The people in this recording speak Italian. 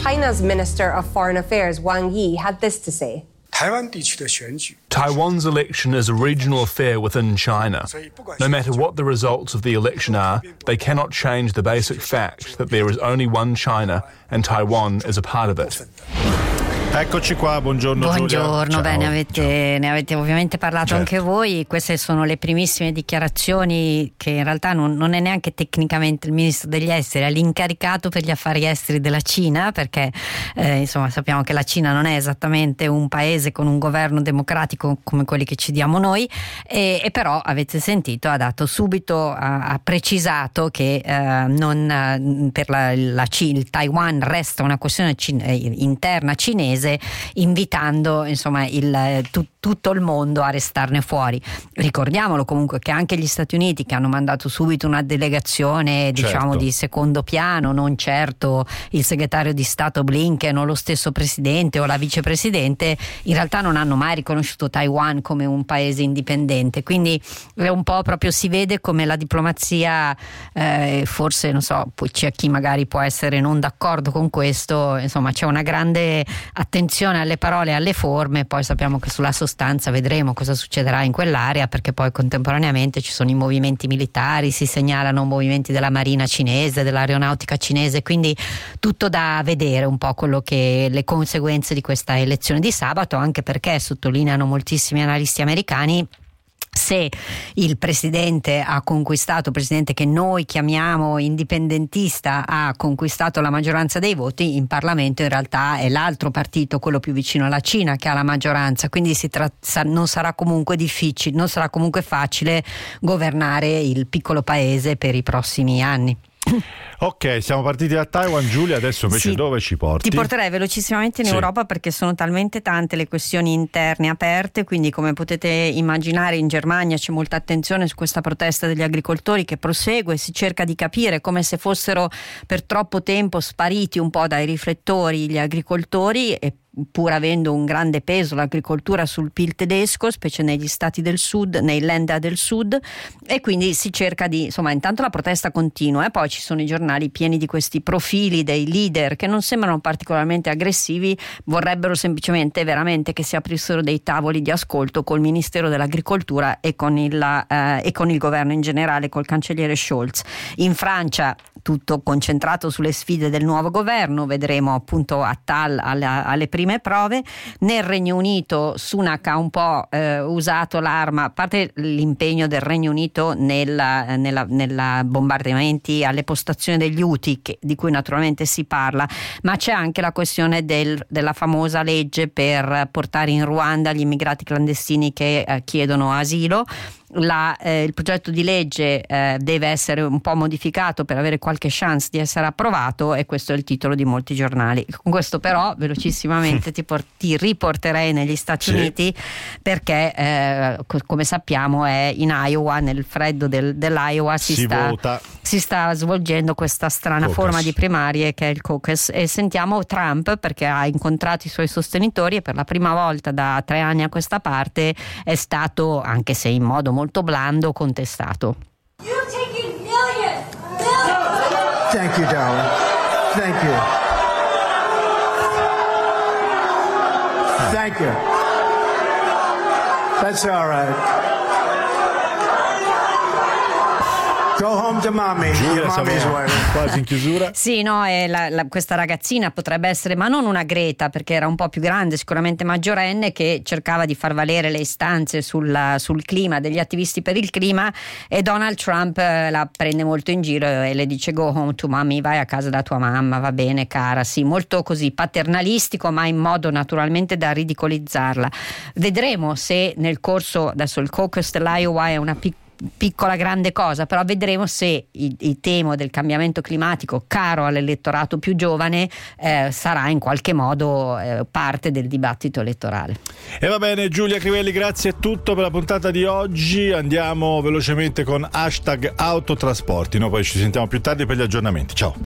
China's Minister of Foreign Affairs, Wang Yi, had this to say. Taiwan's election is a regional affair within China. No matter what the results of the election are, they cannot change the basic fact that there is only one China and Taiwan is a part of it. Eccoci qua, buongiorno Giulia. Buongiorno, beh, ne avete ovviamente parlato anche voi. Queste sono le primissime dichiarazioni che in realtà non è neanche tecnicamente il ministro degli esteri, è l'incaricato per gli affari esteri della Cina, perché insomma sappiamo che la Cina non è esattamente un paese con un governo democratico come quelli che ci diamo noi, e però avete sentito, ha dato subito, ha precisato che per il Taiwan resta una questione interna cinese, invitando insomma tutto il mondo a restarne fuori. Ricordiamolo comunque che anche gli Stati Uniti, che hanno mandato subito una delegazione diciamo di secondo piano, non certo il segretario di Stato Blinken o lo stesso presidente o la vicepresidente, in realtà non hanno mai riconosciuto Taiwan come un paese indipendente, quindi è un po' proprio, si vede come la diplomazia, forse non so, poi c'è chi magari può essere non d'accordo con questo, insomma c'è una grande attenzione alle parole e alle forme, poi sappiamo che sulla sostanza vedremo cosa succederà in quell'area, perché poi contemporaneamente ci sono i movimenti militari, si segnalano movimenti della marina cinese, dell'aeronautica cinese, quindi tutto da vedere un po' le conseguenze di questa elezione di sabato, anche perché sottolineano moltissimi analisti americani, se il presidente che noi chiamiamo indipendentista, ha conquistato la maggioranza dei voti, in Parlamento in realtà è l'altro partito, quello più vicino alla Cina, che ha la maggioranza, quindi non sarà comunque difficile, non sarà comunque facile governare il piccolo paese per i prossimi anni. Ok, siamo partiti da Taiwan, Giulia, adesso invece dove ci porti? Ti porterei velocissimamente in Europa, perché sono talmente tante le questioni interne aperte, quindi come potete immaginare in Germania c'è molta attenzione su questa protesta degli agricoltori che prosegue, si cerca di capire come se fossero per troppo tempo spariti un po' dai riflettori gli agricoltori, e pur avendo un grande peso l'agricoltura sul PIL tedesco, specie negli stati del sud, nei Länder del sud, e quindi si cerca di, insomma, intanto la protesta continua, e poi ci sono i giornali pieni di questi profili dei leader che non sembrano particolarmente aggressivi, vorrebbero semplicemente veramente che si aprissero dei tavoli di ascolto col Ministero dell'Agricoltura e con il governo in generale, col cancelliere Scholz. In Francia tutto concentrato sulle sfide del nuovo governo, vedremo appunto Attal alle prime prove. Nel Regno Unito Sunak ha un po' usato l'arma, a parte l'impegno del Regno Unito nella bombardamenti alle postazioni degli Houthi, di cui naturalmente si parla, ma c'è anche la questione della famosa legge per portare in Ruanda gli immigrati clandestini che chiedono asilo. Il progetto di legge deve essere un po' modificato per avere qualche chance di essere approvato, e questo è il titolo di molti giornali. Con questo però velocissimamente ti riporterei negli Stati Uniti, perché come sappiamo è in Iowa, nel freddo dell'Iowa si sta svolgendo questa strana forma di primarie che è il caucus, e sentiamo Trump, perché ha incontrato i suoi sostenitori e per la prima volta da 3 anni a questa parte è stato, anche se in modo molto blando, contestato. Thank you, darling. Thank you. Thank you. That's all right. Go home to mommy. Giulia, siamo quasi in chiusura. Sì, no, questa ragazzina potrebbe essere, ma non una Greta, perché era un po' più grande, sicuramente maggiorenne, che cercava di far valere le istanze sul clima, degli attivisti per il clima, e Donald Trump la prende molto in giro e le dice go home to mommy, vai a casa da tua mamma, va bene cara, sì, molto così paternalistico, ma in modo naturalmente da ridicolizzarla. Vedremo se nel corso, adesso il caucus dell'Iowa è una piccola grande cosa, però vedremo se il tema del cambiamento climatico, caro all'elettorato più giovane, sarà in qualche modo parte del dibattito elettorale. E va bene, Giulia Crivelli, grazie, è tutto per la puntata di oggi. Andiamo velocemente con #autotrasporti, poi ci sentiamo più tardi per gli aggiornamenti. Ciao.